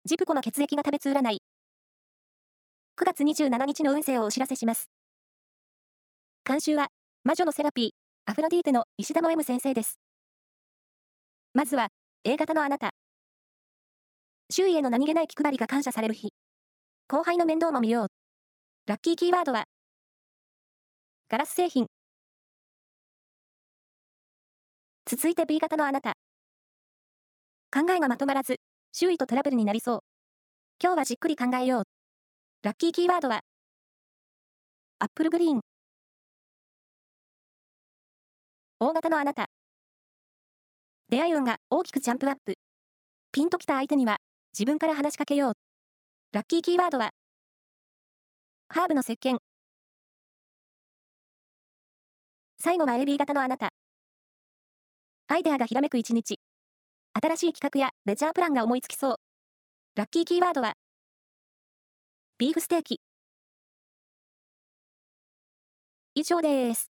ジプコの血液が食べつ占い。9月27日の運勢をお知らせします。監修は、魔女のセラピー、アフロディーテの石田の M 先生です。まずは、A 型のあなた。周囲への何気ない気配りが感謝される日。後輩の面倒も見よう。ラッキーキーワードは、ガラス製品。続いて B 型のあなた。考えがまとまらず、周囲とトラブルになりそう。今日はじっくり考えよう。ラッキーキーワードは、アップルグリーン。O 型のあなた。出会い運が大きくジャンプアップ。ピンときた相手には、自分から話しかけよう。ラッキーキーワードは、ハーブの石鹸。最後は AB 型のあなた。アイデアがひらめく一日。新しい企画やレジャープランが思いつきそう。ラッキーキーワードは、ビーフステーキ。以上です。